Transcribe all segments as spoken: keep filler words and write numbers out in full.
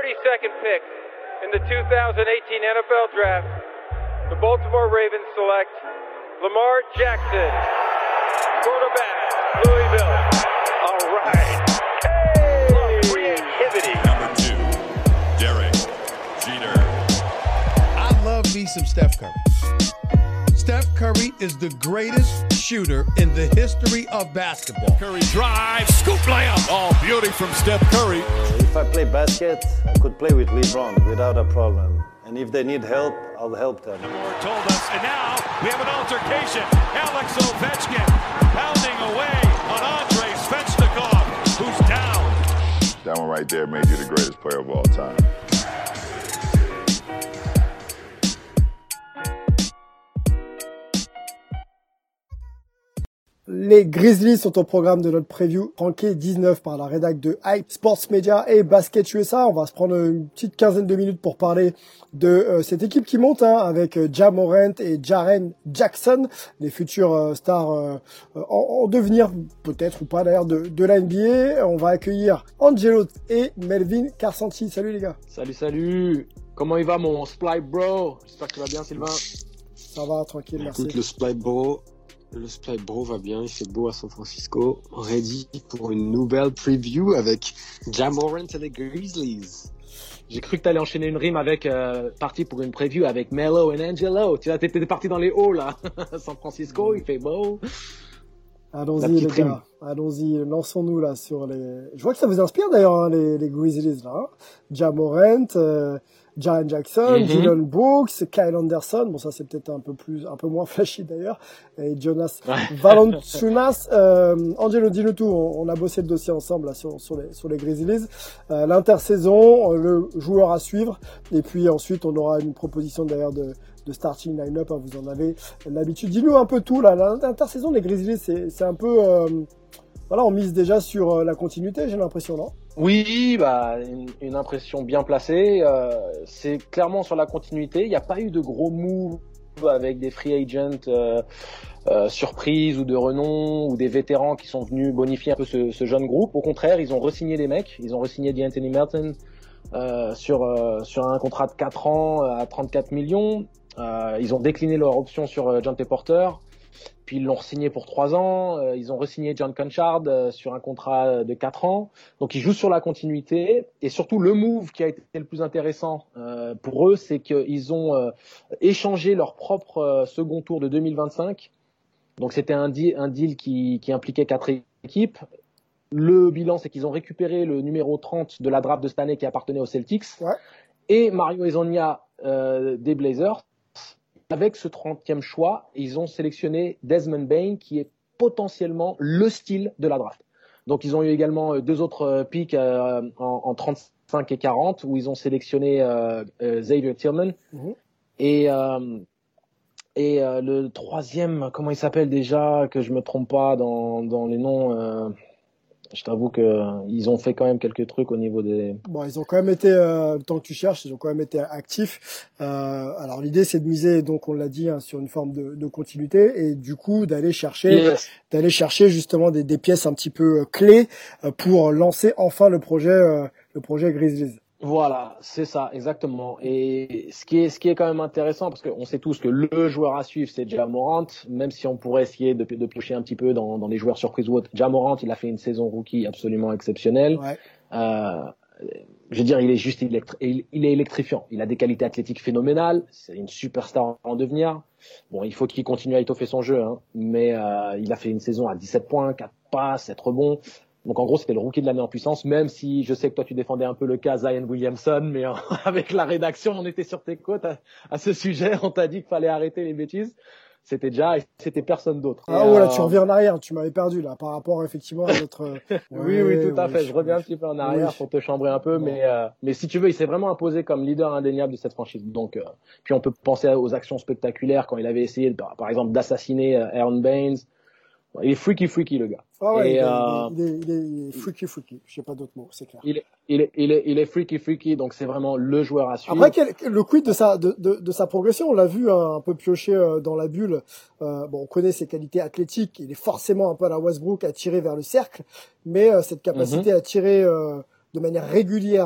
thirty-second pick in the two thousand eighteen N F L Draft, the Baltimore Ravens select Lamar Jackson, quarterback, Louisville. All right. Hey! Creativity. Number two, Derek Jeter. I love me some Steph Curry. Steph Curry is the greatest shooter in the history of basketball. Curry drive, scoop layup. Oh, beauty from Steph Curry. If I play basket, I could play with LeBron without a problem. And if they need help, I'll help them. Moore told us, and now we have an altercation. Alex Ovechkin pounding away on Andrei Svechnikov, who's down. That one right there made you the greatest player of all time. Les Grizzlies sont au programme de notre preview, ranké dix-neuf par la rédac de Hype Sports Media et Basket U S A. On va se prendre une petite quinzaine de minutes pour parler de euh, cette équipe qui monte, hein, avec euh, Ja Morant et Jaren Jackson, les futurs euh, stars euh, en, en devenir, peut-être ou pas d'ailleurs, de, de la N B A. On va accueillir Angelo et Melvin Carsanti. Salut les gars. Salut, salut. Comment il va mon Sply Bro? J'espère que tu vas bien, Sylvain. Ça va, tranquille, merci. Écoute, le Sply Bro... Le Spy Bro va bien, il fait beau à San Francisco. Ready pour une nouvelle preview avec Ja Morant et les Grizzlies. J'ai cru que t'allais enchaîner une rime avec euh, parti pour une preview avec Melo et Angelo. Tu vois, t'étais parti dans les hauts là. San Francisco, il fait beau. Allons-y les rime. gars, allons-y, lançons-nous là sur les. Je vois que ça vous inspire d'ailleurs hein, les, les Grizzlies là. Hein. Ja Morant, euh, Jaren Jackson, mm-hmm. Dylan Brooks, Kyle Anderson. Bon ça c'est peut-être un peu plus, un peu moins flashy d'ailleurs. Et Jonas Valanciunas. euh, Angelo, dis-le tout. On, on a bossé le dossier ensemble là sur sur les sur les Grizzlies. Euh, l'intersaison, le joueur à suivre. Et puis ensuite on aura une proposition d'ailleurs de de starting line-up, hein, vous en avez l'habitude. Dis-nous un peu tout, là. L'intersaison des Grizzlies, c'est, c'est un peu, euh, voilà, on mise déjà sur euh, la continuité, j'ai l'impression, non? Oui, bah, une, une impression bien placée. Euh, c'est clairement sur la continuité. Il n'y a pas eu de gros moves avec des free agents, euh, euh, surprises ou de renom ou des vétérans qui sont venus bonifier un peu ce, ce jeune groupe. Au contraire, ils ont re-signé des mecs. Ils ont re-signé d'Anthony Melton, euh, sur, euh, sur un contrat de quatre ans à trente-quatre millions. Euh, ils ont décliné leur option sur euh, John T. Porter, puis ils l'ont re-signé pour trois ans. Euh, ils ont re-signé John Conchard euh, sur un contrat de quatre ans. Donc ils jouent sur la continuité et surtout le move qui a été le plus intéressant euh, pour eux, c'est qu'ils ont euh, échangé leur propre euh, second tour de deux mille vingt-cinq. Donc c'était un deal, un deal qui, qui impliquait quatre équipes. Le bilan, c'est qu'ils ont récupéré le numéro trente de la draft de cette année qui appartenait aux Celtics, ouais. Et Mario Hezonja euh, des Blazers. Avec ce trentième choix, ils ont sélectionné Desmond Bane, qui est potentiellement le style de la draft. Donc, ils ont eu également deux autres picks euh, en, en trente-cinq et quarante, où ils ont sélectionné euh, euh, Xavier Tillman. Mm-hmm. Et, euh, et euh, le troisième, comment il s'appelle déjà, que je me trompe pas dans, dans les noms... Euh, Je t'avoue que euh, ils ont fait quand même quelques trucs au niveau des. Bon, ils ont quand même été, euh, le temps que tu cherches, ils ont quand même été actifs. Euh, alors l'idée, c'est de miser, donc on l'a dit, hein, sur une forme de, de continuité et du coup d'aller chercher, yes. d'aller chercher justement des, des pièces un petit peu euh, clés euh, pour lancer enfin le projet, euh, le projet Grizzlies. Voilà, c'est ça, exactement. Et ce qui est, ce qui est quand même intéressant, parce qu'on sait tous que le joueur à suivre, c'est Ja Morant, même si on pourrait essayer de, de piocher un petit peu dans, dans les joueurs surprises ou autres. Ja Morant, il a fait une saison rookie absolument exceptionnelle. Ouais. Euh, je veux dire, il est juste électri- il, il est électrifiant. Il a des qualités athlétiques phénoménales. C'est une superstar en devenir. Bon, il faut qu'il continue à étoffer son jeu, hein. Mais euh, il a fait une saison à dix-sept points, quatre passes, sept rebonds. Donc en gros, c'était le rookie de l'année en puissance, même si je sais que toi tu défendais un peu le cas Zion Williamson, mais euh, avec la rédaction, on était sur tes côtes à, à ce sujet, on t'a dit qu'il fallait arrêter les bêtises. C'était déjà, c'était personne d'autre. Ah ouais, euh... là tu reviens en arrière, tu m'avais perdu là, par rapport effectivement à notre... oui, oui, oui, tout à oui, fait, je reviens oui. un petit peu en arrière oui. pour te chambrer un peu, bon. mais euh, mais si tu veux, il s'est vraiment imposé comme leader indéniable de cette franchise. Donc, euh, puis on peut penser aux actions spectaculaires quand il avait essayé, par, par exemple, d'assassiner euh, Aaron Baines. Il est freaky, freaky, le gars. Ah ouais, et, il, est, euh, il, est, il, est, il est freaky, freaky. Je sais pas d'autres mots, c'est clair. Il est, il est, il est, il est freaky, freaky, donc c'est vraiment le joueur à suivre. Après, quel, le quid de sa, de, de, de sa progression, on l'a vu hein, un peu piocher euh, dans la bulle. Euh, bon, on connaît ses qualités athlétiques. Il est forcément un peu à la Westbrook à tirer vers le cercle, mais euh, cette capacité mm-hmm. à tirer euh, de manière régulière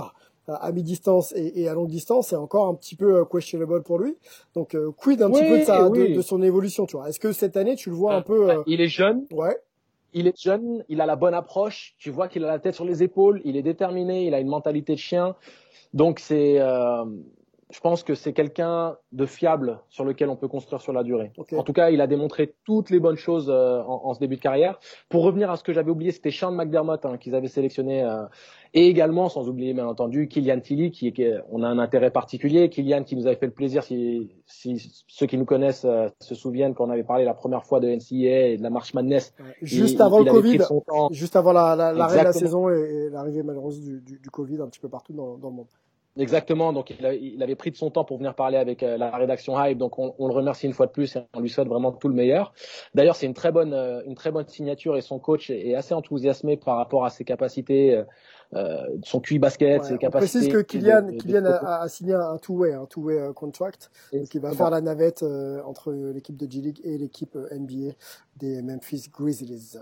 à mi-distance et, et à longue distance est encore un petit peu questionable pour lui. Donc, euh, quid un oui, petit peu de, sa, oui. de, de son évolution, tu vois. Est-ce que cette année, tu le vois un peu... Euh... Il est jeune. Ouais. Il est jeune, il a la bonne approche. Tu vois qu'il a la tête sur les épaules, il est déterminé, il a une mentalité de chien. Donc, c'est... Euh... Je pense que c'est quelqu'un de fiable sur lequel on peut construire sur la durée. Okay. En tout cas, il a démontré toutes les bonnes choses euh, en, en ce début de carrière. Pour revenir à ce que j'avais oublié, c'était Sean McDermott hein, qu'ils avaient sélectionné, euh, et également, sans oublier bien entendu, Killian Tilly, qui, qui on a un intérêt particulier. Killian qui nous avait fait le plaisir, si, si ceux qui nous connaissent euh, se souviennent qu'on avait parlé la première fois de N C A A et de la March Madness. Ouais, juste il, avant il le Covid, temps... juste avant la, la, l'arrêt de la saison et, et l'arrivée malheureuse du, du, du Covid un petit peu partout dans, dans le monde. Exactement, donc il, a, il avait pris de son temps pour venir parler avec euh, la rédaction Hype, donc on, on le remercie une fois de plus et on lui souhaite vraiment tout le meilleur. D'ailleurs, c'est une très bonne, euh, une très bonne signature et son coach est, est assez enthousiasmé par rapport à ses capacités, euh, son Q I basket, ouais, ses on capacités. On précise que Kylian, de, de, Kylian de... a, a signé un two-way, un two-way contract, et donc il va faire bon. la navette euh, entre l'équipe de G-League et l'équipe N B A des Memphis Grizzlies.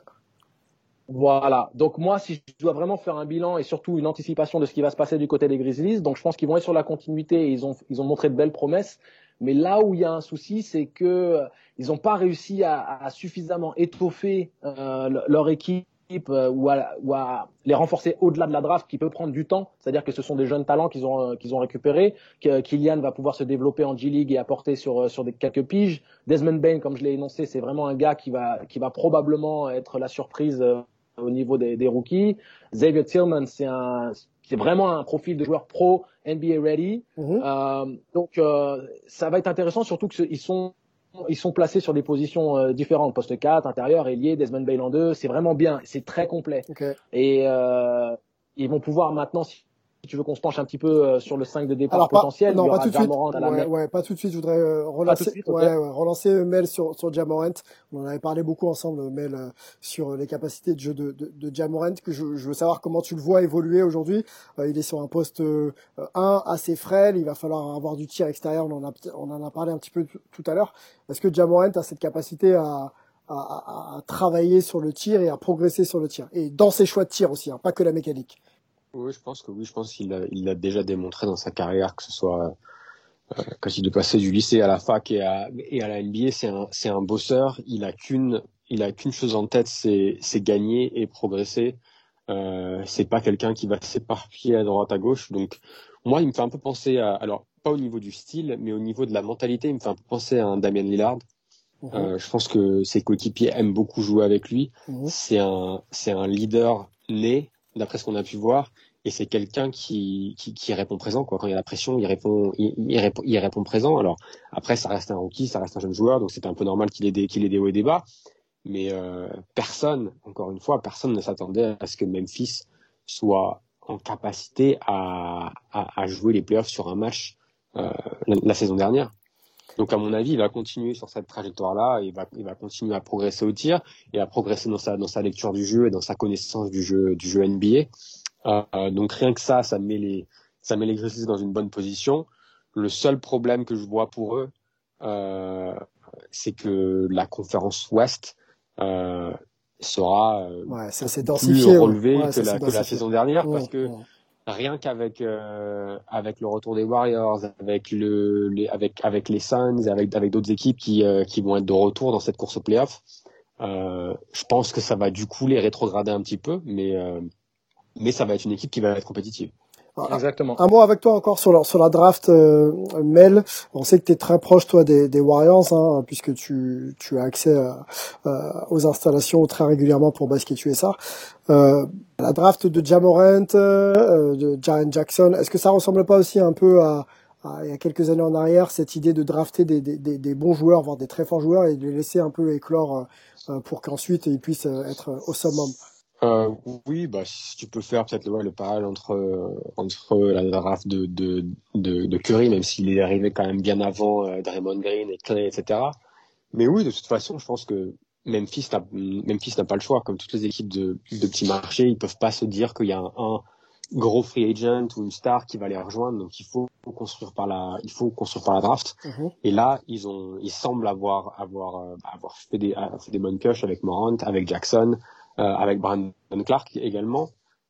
Voilà. Donc moi, si je dois vraiment faire un bilan et surtout une anticipation de ce qui va se passer du côté des Grizzlies, donc je pense qu'ils vont être sur la continuité et ils ont ils ont montré de belles promesses. Mais là où il y a un souci, c'est que ils n'ont pas réussi à, à suffisamment étoffer euh, leur équipe euh, ou, à, ou à les renforcer au-delà de la draft, qui peut prendre du temps. C'est-à-dire que ce sont des jeunes talents qu'ils ont euh, qu'ils ont récupérés, que Kylian va pouvoir se développer en G-League et apporter sur sur des quelques piges. Desmond Bane, comme je l'ai énoncé, c'est vraiment un gars qui va qui va probablement être la surprise. Euh, au niveau des, des rookies. Xavier Tillman, c'est un, c'est vraiment un profil de joueur pro N B A ready. Mm-hmm. Euh, donc, euh, ça va être intéressant, surtout qu'ils sont, ils sont placés sur des positions euh, différentes. Poste quatre, intérieur, ailier, Desmond Bane en deux. C'est vraiment bien. C'est très complet. Okay. Et, euh, ils vont pouvoir maintenant, si Si tu veux qu'on se penche un petit peu euh, sur le cinq de départ Alors, potentiel, pas, non, il y aura pas tout de suite. à la ouais, ouais, pas tout de suite. Je voudrais euh, relancer, suite, okay. ouais, ouais, relancer Mel sur sur Ja Morant. On en avait parlé beaucoup ensemble, Mel, euh, sur les capacités de jeu de de, de Ja Morant. Que je, je veux savoir comment tu le vois évoluer aujourd'hui. Euh, il est sur un poste euh, un assez frêle. Il va falloir avoir du tir extérieur. On en a on en a parlé un petit peu t- tout à l'heure. Est-ce que Ja Morant a cette capacité à à, à à travailler sur le tir et à progresser sur le tir et dans ses choix de tir aussi, hein, pas que la mécanique? Oui, je pense que oui, je pense qu'il a, il l'a déjà démontré dans sa carrière, que ce soit euh, quand il est passé du lycée à la fac et à, et à la N B A, c'est un, c'est un bosseur. Il a qu'une, il a qu'une chose en tête, c'est, c'est gagner et progresser. Euh, c'est pas quelqu'un qui va s'éparpiller à droite à gauche. Donc, moi, il me fait un peu penser à, alors pas au niveau du style, mais au niveau de la mentalité, il me fait un peu penser à un Damian Lillard. Mmh. Euh, je pense que ses coéquipiers aiment beaucoup jouer avec lui. Mmh. C'est un, c'est un leader né, d'après ce qu'on a pu voir, et c'est quelqu'un qui, qui, qui répond présent, quoi. Quand il y a la pression, il répond, il, il répond, il répond présent. Alors, après, ça reste un rookie, ça reste un jeune joueur, donc c'est un peu normal qu'il ait des, qu'il ait des hauts et des bas. Mais, euh, personne, encore une fois, personne ne s'attendait à ce que Memphis soit en capacité à, à, à jouer les playoffs sur un match, euh, la, la saison dernière. Donc, à mon avis, il va continuer sur cette trajectoire-là, il va, il va continuer à progresser au tir et à progresser dans sa, dans sa lecture du jeu et dans sa connaissance du jeu, du jeu N B A. Euh, donc, rien que ça, ça met les, ça met les Grizzlies dans une bonne position. Le seul problème que je vois pour eux, euh, c'est que la conférence Ouest, euh, sera euh, ouais, ça s'est plus relevée ouais, que, la, que la saison dernière, ouais, parce que ouais. Rien qu'avec euh, avec le retour des Warriors, avec le les, avec avec les Suns, avec avec d'autres équipes qui euh, qui vont être de retour dans cette course au play-off, euh, je pense que ça va du coup les rétrograder un petit peu, mais euh, mais ça va être une équipe qui va être compétitive. Voilà. Exactement. Un mot avec toi encore sur la, sur la draft, euh, Mel. On sait que tu es très proche, toi, des, des Warriors, hein, puisque tu, tu as accès à, à, aux installations très régulièrement pour Basket U S A. Euh, la draft de Ja Morant, euh, de Jaren Jackson, est-ce que ça ressemble pas aussi un peu à, à il y a quelques années en arrière, cette idée de drafter des, des, des, des bons joueurs, voire des très forts joueurs, et de les laisser un peu éclore euh, pour qu'ensuite ils puissent être au summum? Euh, oui, bah si tu peux faire peut-être ouais, le parallèle entre euh, entre la draft de de de, de Curry, même s'il est arrivé quand même bien avant euh, Draymond Green et Clay, et cetera. Mais oui, de toute façon, je pense que Memphis n'a Memphis n'a pas le choix. Comme toutes les équipes de de petits marchés, ils peuvent pas se dire qu'il y a un, un gros free agent ou une star qui va les rejoindre. Donc il faut construire par la il faut construire par la draft. Mm-hmm. Et là, ils ont ils semblent avoir avoir euh, avoir fait des fait des bonnes pioches avec Morant, avec Jackson. Euh, avec Brandon Clark également.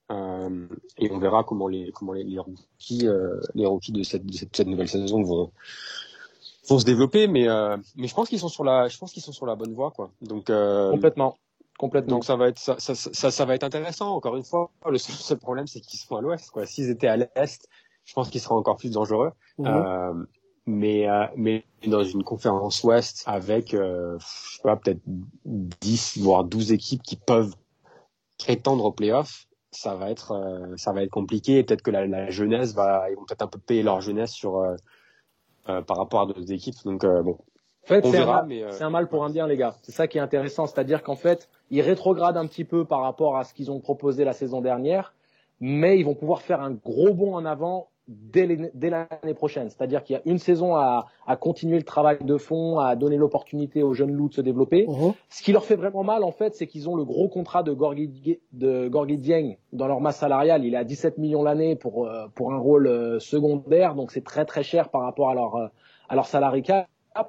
Euh, et on verra comment les comment les, les rookies euh, les rookies de cette, de cette cette nouvelle saison vont vont se développer, mais euh, mais je pense qu'ils sont sur la je pense qu'ils sont sur la bonne voie, quoi. Donc euh, complètement complètement. Donc ça va être ça ça ça, ça va être intéressant. Encore une fois, le seul, seul problème c'est qu'ils sont à l'ouest, quoi. S'ils étaient à l'est, je pense qu'ils seraient encore plus dangereux. Mmh. Euh, mais euh, mais dans une conférence ouest avec euh, je sais pas, peut-être dix voire douze équipes qui peuvent prétendre aux playoffs, ça va être euh, ça va être compliqué. Et peut-être que la, la jeunesse va ils vont peut-être un peu payer leur jeunesse sur euh, euh, par rapport à d'autres équipes. Donc euh, bon. En fait, on c'est, verra, un, mais euh... c'est un mal pour un bien, les gars. C'est ça qui est intéressant, c'est-à-dire qu'en fait, ils rétrogradent un petit peu par rapport à ce qu'ils ont proposé la saison dernière, mais ils vont pouvoir faire un gros bond en avant dès, les, dès l'année prochaine. C'est-à-dire qu'il y a une saison à, à continuer le travail de fond, à donner l'opportunité aux jeunes loups de se développer. Uh-huh. Ce qui leur fait vraiment mal, en fait, c'est qu'ils ont le gros contrat de Gorgui, de Gorgui Dieng dans leur masse salariale. Il est à dix-sept millions l'année pour, pour un rôle secondaire, donc c'est très très cher par rapport à leur, à leur salary cap.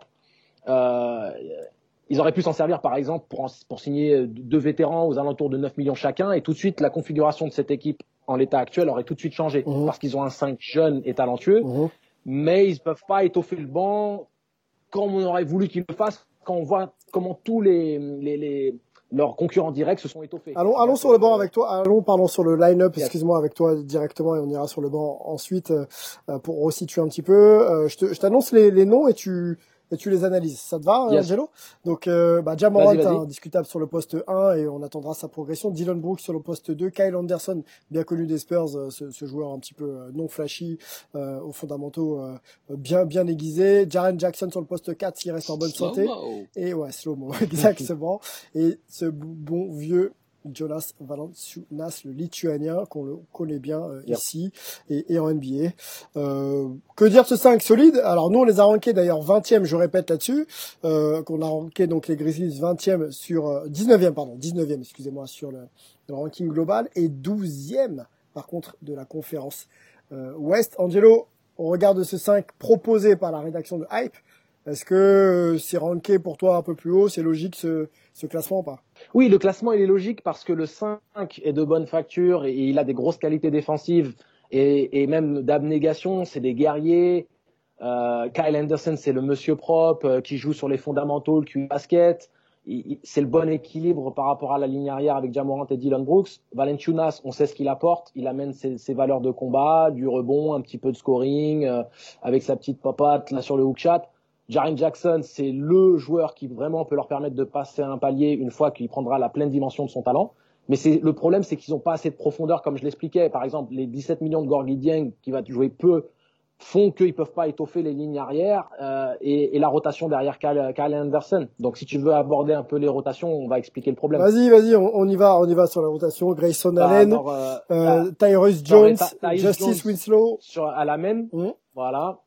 Euh, ils auraient pu s'en servir par exemple pour, en, pour signer deux vétérans aux alentours de neuf millions chacun, et tout de suite la configuration de cette équipe en l'état actuel aurait tout de suite changé, mmh. parce qu'ils ont un cinq jeune et talentueux, mmh. mais ils peuvent pas étoffer le banc comme on aurait voulu qu'ils le fassent quand on voit comment tous les, les, les leurs concurrents directs se sont étoffés. Allons, allons sur le banc avec toi. Allons, pardon, sur le line-up. Yes. Excuse-moi, avec toi directement, et on ira sur le banc ensuite euh, pour resituer un petit peu. Euh, je, te, je t'annonce les, les noms et tu et tu les analyses. Ça te va, yes. Angelo? Donc, euh, bah, Ja Morant, indiscutable sur le poste un, et on attendra sa progression. Dillon Brooks sur le poste deux. Kyle Anderson, bien connu des Spurs, euh, ce, ce joueur un petit peu euh, non flashy, euh, aux fondamentaux euh, bien bien aiguisés. Jaren Jackson sur le poste quatre, s'il reste en bonne slow santé. Mo. Et ouais, slow-mo, exactement. Et ce bon vieux Jonas Valanciunas, le Lituanien, qu'on le connaît bien euh, yep. ici et, et en N B A. Euh, que dire de ce cinq solide? Alors nous on les a rankés d'ailleurs vingtième, je répète là-dessus, euh, qu'on a ranké donc les Grizzlies vingtième sur euh, dix-neuvième pardon, dix-neuvième excusez-moi sur le, le ranking global, et douzième par contre de la conférence euh, Ouest. Angelo, au regard de ce cinq proposé par la rédaction de Hype, est-ce que c'est ranké pour toi un peu plus haut? C'est logique ce, ce classement ou pas? Oui, le classement il est logique parce que le cinq est de bonne facture et il a des grosses qualités défensives et, et même d'abnégation. C'est des guerriers. Euh, Kyle Anderson, c'est le monsieur propre euh, qui joue sur les fondamentaux, le Q basket. Il, il, c'est le bon équilibre par rapport à la ligne arrière avec Ja Morant et Dillon Brooks. Valanciunas, on sait ce qu'il apporte. Il amène ses, ses valeurs de combat, du rebond, un petit peu de scoring, euh, avec sa petite papate là sur le hook shot. Jaren Jackson, c'est le joueur qui vraiment peut leur permettre de passer un palier une fois qu'il prendra la pleine dimension de son talent. Mais c'est, le problème, c'est qu'ils n'ont pas assez de profondeur, comme je l'expliquais. Par exemple, les dix-sept millions de Gorgui Dieng, qui va jouer peu, font qu'ils peuvent pas étoffer les lignes arrière, euh, et, et la rotation derrière Kyle, Kyle Anderson. Donc, si tu veux aborder un peu les rotations, on va expliquer le problème. Vas-y, vas-y, on, on y va, on y va sur la rotation. Grayson bah, Allen, alors, euh, euh, Tyrese Jones, Ty- Justice Jones Winslow. Sur, à la même. Mmh. Voilà.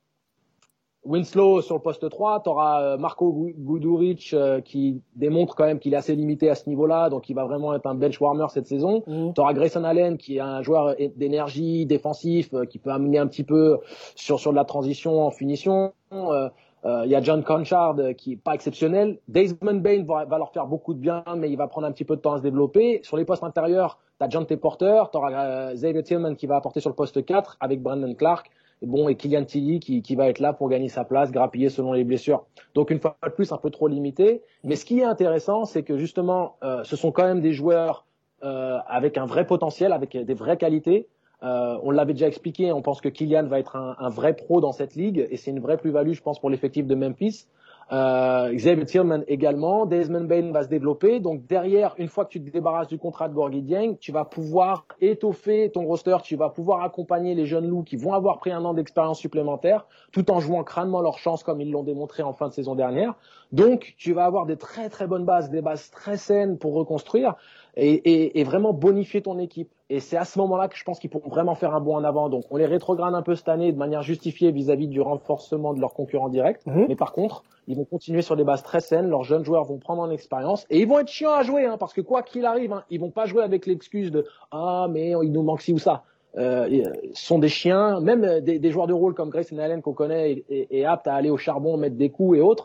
Winslow sur le poste trois, tu auras Marco Guduric euh, qui démontre quand même qu'il est assez limité à ce niveau-là, donc il va vraiment être un bench warmer cette saison. Mmh. Tu auras Grayson Allen qui est un joueur d'énergie défensif euh, qui peut amener un petit peu sur sur de la transition en finition. Il euh, euh, y a John Conchard euh, qui est pas exceptionnel. Desmond Bane va, va leur faire beaucoup de bien, mais il va prendre un petit peu de temps à se développer. Sur les postes intérieurs, tu as John T. Porter, tu auras euh, Xavier Tillman qui va apporter sur le poste quatre avec Brandon Clark. Et bon, et Killian Tilly qui, qui va être là pour gagner sa place, grappiller selon les blessures. Donc une fois de plus, un peu trop limité. Mais ce qui est intéressant, c'est que justement, euh, ce sont quand même des joueurs euh, avec un vrai potentiel, avec des vraies qualités. Euh, on l'avait déjà expliqué, on pense que Killian va être un, un vrai pro dans cette ligue, et c'est une vraie plus-value, je pense, pour l'effectif de Memphis. Euh, Xavier Tillman également, Desmond Bane va se développer, donc derrière, une fois que tu te débarrasses du contrat de Gorgui Dieng, tu vas pouvoir étoffer ton roster, tu vas pouvoir accompagner les jeunes loups qui vont avoir pris un an d'expérience supplémentaire, tout en jouant crânement leur chance comme ils l'ont démontré en fin de saison dernière. Donc tu vas avoir des très très bonnes bases, des bases très saines pour reconstruire et, et, et vraiment bonifier ton équipe. Et c'est à ce moment-là que je pense qu'ils pourront vraiment faire un bond en avant. Donc on les rétrograde un peu cette année de manière justifiée vis-à-vis du renforcement de leurs concurrents directs. Mmh. Mais par contre, ils vont continuer sur des bases très saines. Leurs jeunes joueurs vont prendre en expérience et ils vont être chiants à jouer, hein, parce que quoi qu'il arrive, hein, ils vont pas jouer avec l'excuse de ah mais il nous manque ci ou ça. Euh, ils sont des chiens, même des, des joueurs de rôle comme Grayson Allen qu'on connaît et, et, et aptes à aller au charbon, mettre des coups et autres.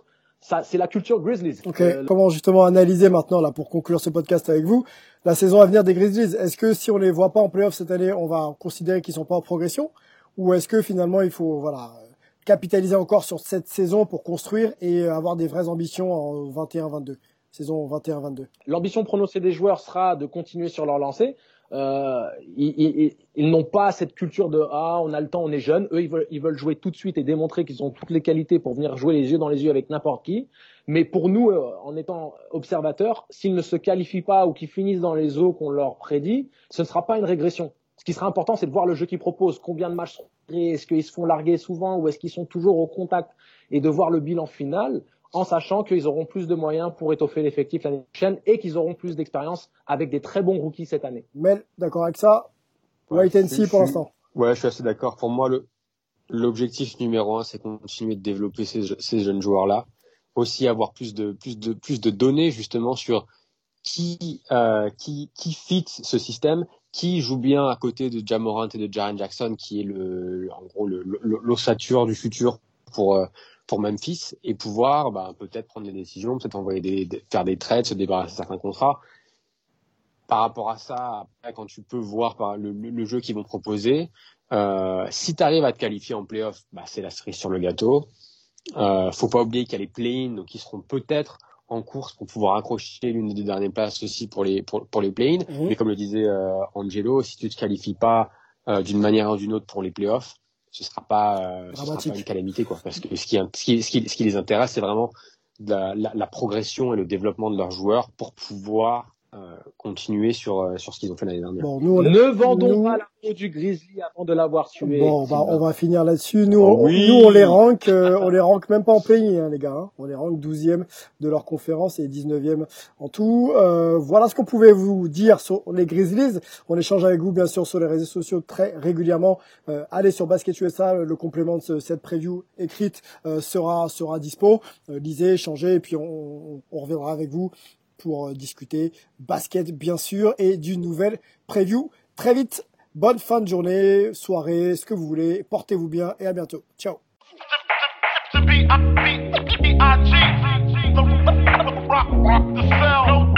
ça, c'est la culture Grizzlies. Ok. Euh, Comment justement analyser maintenant là pour conclure ce podcast avec vous la saison à venir des Grizzlies? Est-ce que si on les voit pas en playoff cette année, on va considérer qu'ils sont pas en progression, ou est-ce que finalement il faut voilà capitaliser encore sur cette saison pour construire et avoir des vraies ambitions en vingt et un vingt-deux, saison vingt et un vingt-deux? L'ambition prononcée des joueurs sera de continuer sur leur lancée. Euh, ils, ils, ils n'ont pas cette culture de ah on a le temps, on est jeune. Eux ils veulent ils veulent jouer tout de suite et démontrer qu'ils ont toutes les qualités pour venir jouer les yeux dans les yeux avec n'importe qui. Mais pour nous, euh, en étant observateurs, s'ils ne se qualifient pas ou qu'ils finissent dans les eaux qu'on leur prédit, ce ne sera pas une régression. Ce qui sera important, c'est de voir le jeu qu'ils proposent, combien de matchs sont créés, est-ce qu'ils se font larguer souvent ou est-ce qu'ils sont toujours au contact, et de voir le bilan final en sachant qu'ils auront plus de moyens pour étoffer l'effectif l'année prochaine et qu'ils auront plus d'expérience avec des très bons rookies cette année. Mel, d'accord avec ça? Wait and see pour l'instant. Ouais, je suis assez d'accord. Pour moi, le, l'objectif numéro un, c'est continuer de développer ces, ces jeunes joueurs-là. Aussi avoir plus de, plus de, plus de données, justement, sur qui, euh, qui, qui fit ce système, qui joue bien à côté de Ja Morant et de Jaren Jackson, qui est le, en gros, le, le, l'ossature du futur pour, euh, pour Memphis, et pouvoir bah, peut-être prendre des décisions, peut-être envoyer des, des faire des trades, se débarrasser de certains contrats. Par rapport à ça, après, quand tu peux voir par le, le, le jeu qu'ils vont proposer, euh, si tu arrives à te qualifier en play-off, bah, c'est la cerise sur le gâteau. Euh, faut pas oublier qu'il y a les play-in, donc ils seront peut-être en course pour pouvoir accrocher l'une des dernières places aussi pour les pour, pour les play-in. Mmh. Mais comme le disait euh, Angelo, si tu te qualifies pas euh, d'une manière ou d'une autre pour les play-offs, ce sera pas, euh, ce sera pas une calamité, quoi. Parce que ce qui, ce qui, ce qui, ce qui les intéresse, c'est vraiment la, la, la progression et le développement de leurs joueurs pour pouvoir euh, continuer sur euh, sur ce qu'ils ont fait l'année dernière. Bon, nous, on ne vendons nous... pas la peau du Grizzly avant de l'avoir tué. Bon, on va, on va finir là-dessus. Nous, oh, on, oui. nous, on les rank, euh, on les rank même pas en play, hein, les gars. Hein. On les rank douzième de leur conférence et dix-neuvième en tout. Euh, voilà ce qu'on pouvait vous dire sur les Grizzlies. On échange avec vous, bien sûr, sur les réseaux sociaux très régulièrement. Euh, allez sur Basket U S A, le complément de ce, cette preview écrite euh, sera sera dispo. Euh, lisez, échangez, et puis on, on reviendra avec vous pour euh, discuter basket, bien sûr, et d'une nouvelle preview très vite. Bonne fin de journée, soirée, ce que vous voulez. Portez-vous bien et à bientôt. Ciao. The